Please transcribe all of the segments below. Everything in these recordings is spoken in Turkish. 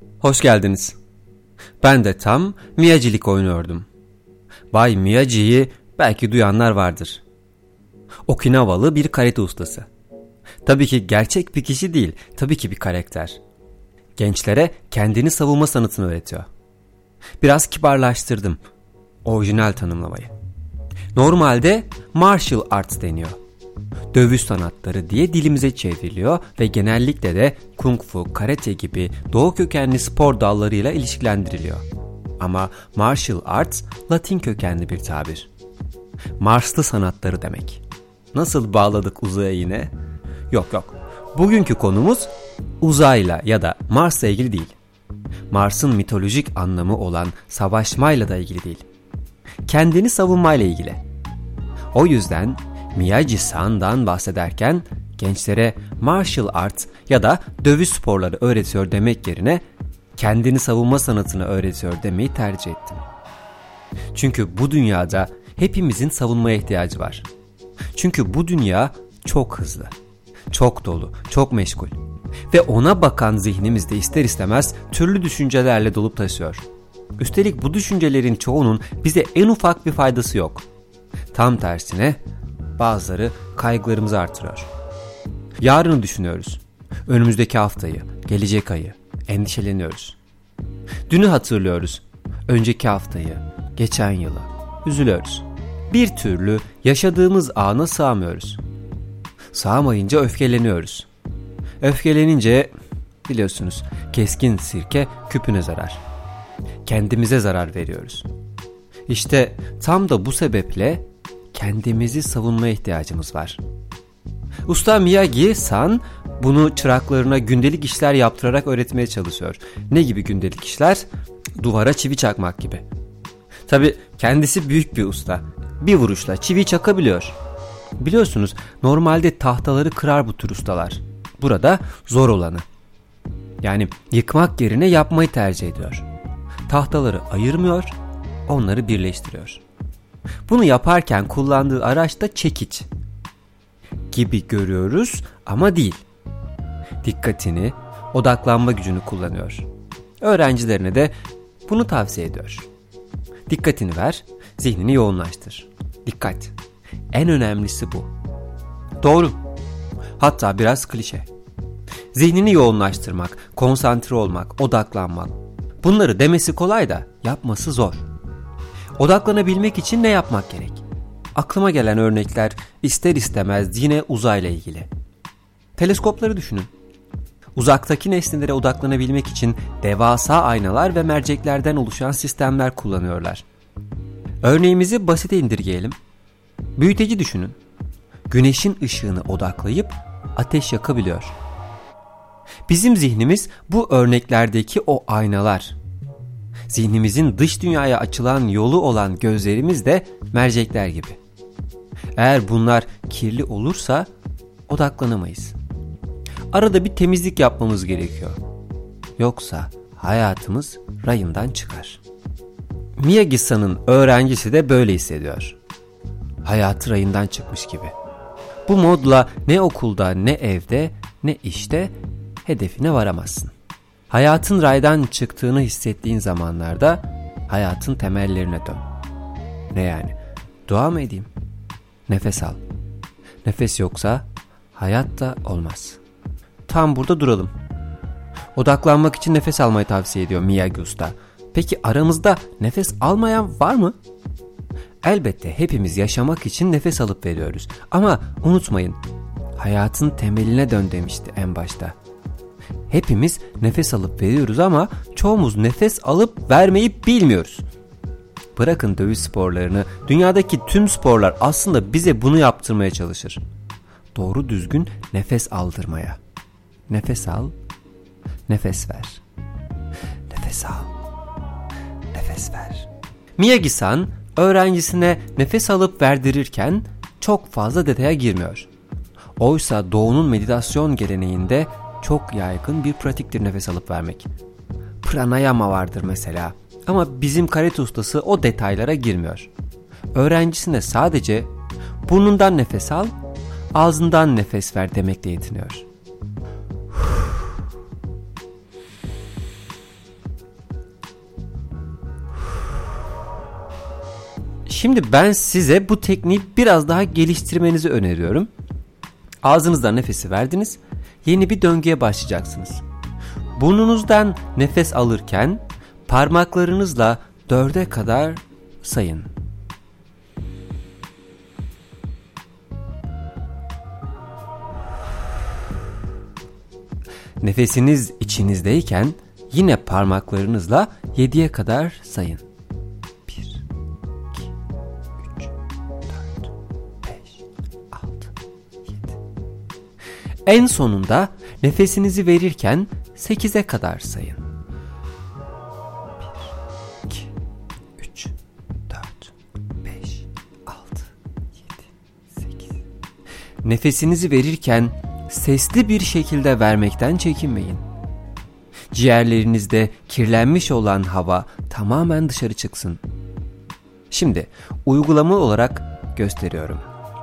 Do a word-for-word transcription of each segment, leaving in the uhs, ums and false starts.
Hoş geldiniz. Ben de tam Miyagi'lik oynuyordum. Bay Miyagi'yi belki duyanlar vardır. Okinavalı bir karate ustası. Tabii ki gerçek bir kişi değil, tabii ki bir karakter. Gençlere kendini savunma sanatını öğretiyor. Biraz kibarlaştırdım orijinal tanımlamayı. Normalde martial arts deniyor. Dövüş sanatları diye dilimize çevriliyor ve genellikle de kung fu, karate gibi doğu kökenli spor dallarıyla ilişkilendiriliyor. Ama martial arts Latin kökenli bir tabir. Marslı sanatları demek. Nasıl bağladık uzaya yine? Yok yok. Bugünkü konumuz uzayla ya da Mars'la ilgili değil. Mars'ın mitolojik anlamı olan savaşmayla da ilgili değil. Kendini savunmayla ilgili. O yüzden Miyagi-san'dan bahsederken gençlere martial arts ya da dövüş sporları öğretiyor demek yerine kendini savunma sanatını öğretiyor demeyi tercih ettim. Çünkü bu dünyada hepimizin savunmaya ihtiyacı var. Çünkü bu dünya çok hızlı, çok dolu, çok meşgul ve ona bakan zihnimiz de ister istemez türlü düşüncelerle dolup taşıyor. Üstelik bu düşüncelerin çoğunun bize en ufak bir faydası yok. Tam tersine bazıları kaygılarımızı artırıyor. Yarını düşünüyoruz. Önümüzdeki haftayı, gelecek ayı, endişeleniyoruz. Dünü hatırlıyoruz. Önceki haftayı, geçen yılı, üzülüyoruz. Bir türlü yaşadığımız ana sığamıyoruz. Sığamayınca öfkeleniyoruz. Öfkelenince biliyorsunuz keskin sirke küpüne zarar. Kendimize zarar veriyoruz. İşte tam da bu sebeple kendimizi savunmaya ihtiyacımız var. Usta Miyagi-san bunu çıraklarına gündelik işler yaptırarak öğretmeye çalışıyor. Ne gibi gündelik işler? Duvara çivi çakmak gibi. Tabii kendisi büyük bir usta. Bir vuruşla çivi çakabiliyor. Biliyorsunuz normalde tahtaları kırar bu tür ustalar. Burada zor olanı. Yani yıkmak yerine yapmayı tercih ediyor. Tahtaları ayırmıyor, onları birleştiriyor. Bunu yaparken kullandığı araç da çekiç gibi görüyoruz ama değil. Dikkatini, odaklanma gücünü kullanıyor. Öğrencilerine de bunu tavsiye ediyor. Dikkatini ver, zihnini yoğunlaştır. Dikkat. En önemlisi bu. Doğru. Hatta biraz klişe. Zihnini yoğunlaştırmak, konsantre olmak, odaklanmak. Bunları demesi kolay da yapması zor. Odaklanabilmek için ne yapmak gerek? Aklıma gelen örnekler ister istemez yine uzayla ilgili. Teleskopları düşünün. Uzaktaki nesnelere odaklanabilmek için devasa aynalar ve merceklerden oluşan sistemler kullanıyorlar. Örneğimizi basite indirgeyelim. Büyüteci düşünün. Güneşin ışığını odaklayıp ateş yakabiliyor. Bizim zihnimiz bu örneklerdeki o aynalar. Zihnimizin dış dünyaya açılan yolu olan gözlerimiz de mercekler gibi. Eğer bunlar kirli olursa odaklanamayız. Arada bir temizlik yapmamız gerekiyor. Yoksa hayatımız rayından çıkar. Miyagi-san'ın öğrencisi de böyle hissediyor. Hayatı rayından çıkmış gibi. Bu modla ne okulda, ne evde, ne işte hedefine varamazsın. Hayatın raydan çıktığını hissettiğin zamanlarda hayatın temellerine dön. Ne yani? Dua mı edeyim? Nefes al. Nefes yoksa hayat da olmaz. Tam burada duralım. Odaklanmak için nefes almayı tavsiye ediyor Miyagi Usta. Peki aramızda nefes almayan var mı? Elbette hepimiz yaşamak için nefes alıp veriyoruz. Ama unutmayın, hayatın temeline dön demişti en başta. Hepimiz nefes alıp veriyoruz ama çoğumuz nefes alıp vermeyi bilmiyoruz. Bırakın dövüş sporlarını, dünyadaki tüm sporlar aslında bize bunu yaptırmaya çalışır. Doğru düzgün nefes aldırmaya. Nefes al, nefes ver. Nefes al, nefes ver. Miyagi-san öğrencisine nefes alıp verdirirken çok fazla detaya girmiyor. Oysa Doğu'nun meditasyon geleneğinde çok yaygın bir pratiktir nefes alıp vermek. Pranayama vardır mesela. Ama bizim karate ustası o detaylara girmiyor. Öğrencisine sadece burnundan nefes al, ağzından nefes ver demekle yetiniyor. Şimdi ben size bu tekniği biraz daha geliştirmenizi öneriyorum. Ağzınızdan nefesi verdiniz. Yeni bir döngüye başlayacaksınız. Burnunuzdan nefes alırken parmaklarınızla dörde kadar sayın. Nefesiniz içinizdeyken yine parmaklarınızla yediye kadar sayın. bir, iki, üç, dört, beş, altı, yedi. En sonunda nefesinizi verirken sekize kadar sayın. bir, iki, üç, dört, beş, altı, yedi, sekiz. Nefesinizi verirken sesli bir şekilde vermekten çekinmeyin. Ciğerlerinizde kirlenmiş olan hava tamamen dışarı çıksın. Şimdi uygulama olarak gösteriyorum.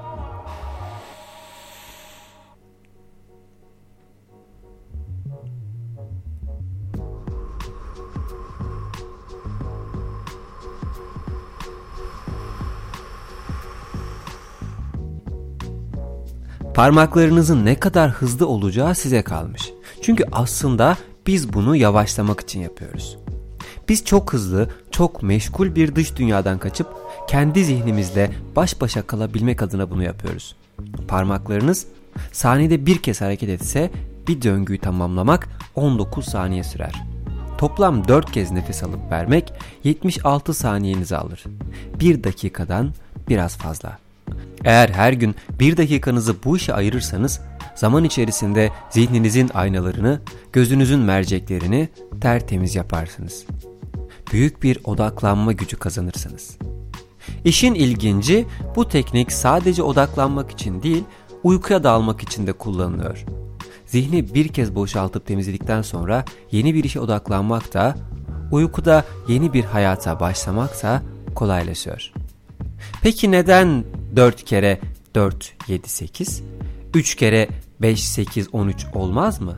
Parmaklarınızın ne kadar hızlı olacağı size kalmış. Çünkü aslında biz bunu yavaşlamak için yapıyoruz. Biz çok hızlı, çok meşgul bir dış dünyadan kaçıp kendi zihnimizle baş başa kalabilmek adına bunu yapıyoruz. Parmaklarınız saniyede bir kez hareket etse bir döngüyü tamamlamak on dokuz saniye sürer. Toplam dört kez nefes alıp vermek yetmiş altı saniyenizi alır. bir dakikadan biraz fazla. Eğer her gün bir dakikanızı bu işe ayırırsanız zaman içerisinde zihninizin aynalarını, gözünüzün merceklerini tertemiz yaparsınız. Büyük bir odaklanma gücü kazanırsınız. İşin ilginci, bu teknik sadece odaklanmak için değil, uykuya dalmak için de kullanılıyor. Zihni bir kez boşaltıp temizledikten sonra yeni bir işe odaklanmak da, uykuda yeni bir hayata başlamak da kolaylaşıyor. Peki neden dört kere dört, yedi, sekiz, üç kere beş, sekiz, on üç olmaz mı?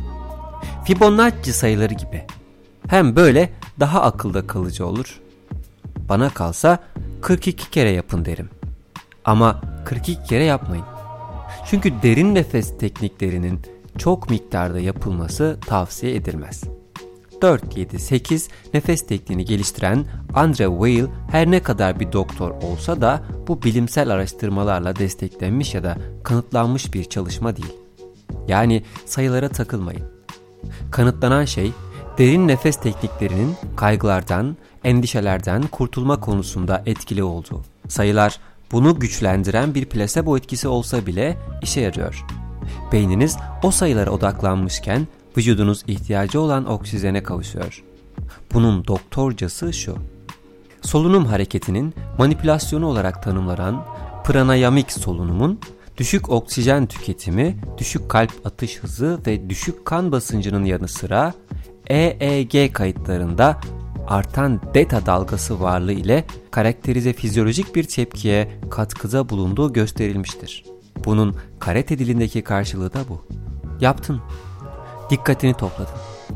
Fibonacci sayıları gibi. Hem böyle daha akılda kalıcı olur. Bana kalsa kırk iki kere yapın derim. Ama kırk iki kere yapmayın. Çünkü derin nefes tekniklerinin çok miktarda yapılması tavsiye edilmez. dört, yedi, sekiz nefes tekniğini geliştiren Andre Weil her ne kadar bir doktor olsa da bu bilimsel araştırmalarla desteklenmiş ya da kanıtlanmış bir çalışma değil. Yani sayılara takılmayın. Kanıtlanan şey derin nefes tekniklerinin kaygılardan, endişelerden kurtulma konusunda etkili olduğu. Sayılar bunu güçlendiren bir plasebo etkisi olsa bile işe yarıyor. Beyniniz o sayılara odaklanmışken vücudunuz ihtiyacı olan oksijene kavuşuyor. Bunun doktorcası şu: solunum hareketinin manipülasyonu olarak tanımlanan pranayamik solunumun düşük oksijen tüketimi, düşük kalp atış hızı ve düşük kan basıncının yanı sıra E E G kayıtlarında artan beta dalgası varlığı ile karakterize fizyolojik bir tepkiye katkıda bulunduğu gösterilmiştir. Bunun karate dilindeki karşılığı da bu. Yaptın. Dikkatini topladın.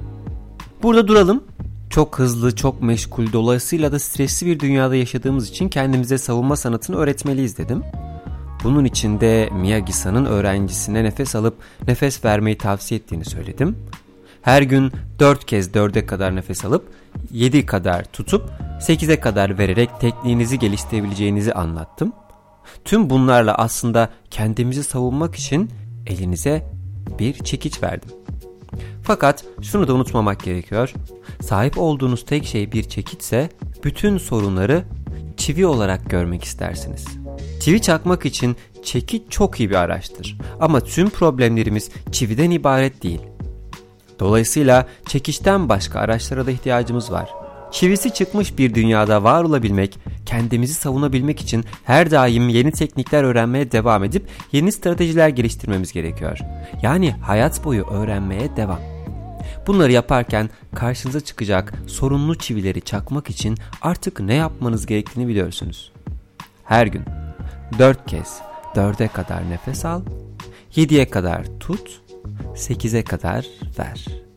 Burada duralım. Çok hızlı, çok meşgul, dolayısıyla da stresli bir dünyada yaşadığımız için kendimize savunma sanatını öğretmeliyiz dedim. Bunun için de Miyagi-San'ın öğrencisine nefes alıp nefes vermeyi tavsiye ettiğini söyledim. Her gün dört kez dörde kadar nefes alıp yedi kadar tutup sekize kadar vererek tekniğinizi geliştirebileceğinizi anlattım. Tüm bunlarla aslında kendimizi savunmak için elinize bir çekiç verdim. Fakat şunu da unutmamak gerekiyor. Sahip olduğunuz tek şey bir çekiçse bütün sorunları çivi olarak görmek istersiniz. Çivi çakmak için çekiç çok iyi bir araçtır. Ama tüm problemlerimiz çividen ibaret değil. Dolayısıyla çekiçten başka araçlara da ihtiyacımız var. Çivisi çıkmış bir dünyada var olabilmek, kendimizi savunabilmek için her daim yeni teknikler öğrenmeye devam edip yeni stratejiler geliştirmemiz gerekiyor. Yani hayat boyu öğrenmeye devam. Bunları yaparken karşınıza çıkacak sorunlu çivileri çakmak için artık ne yapmanız gerektiğini biliyorsunuz. Her gün dört kez dörde kadar nefes al, yediye kadar tut, sekize kadar ver.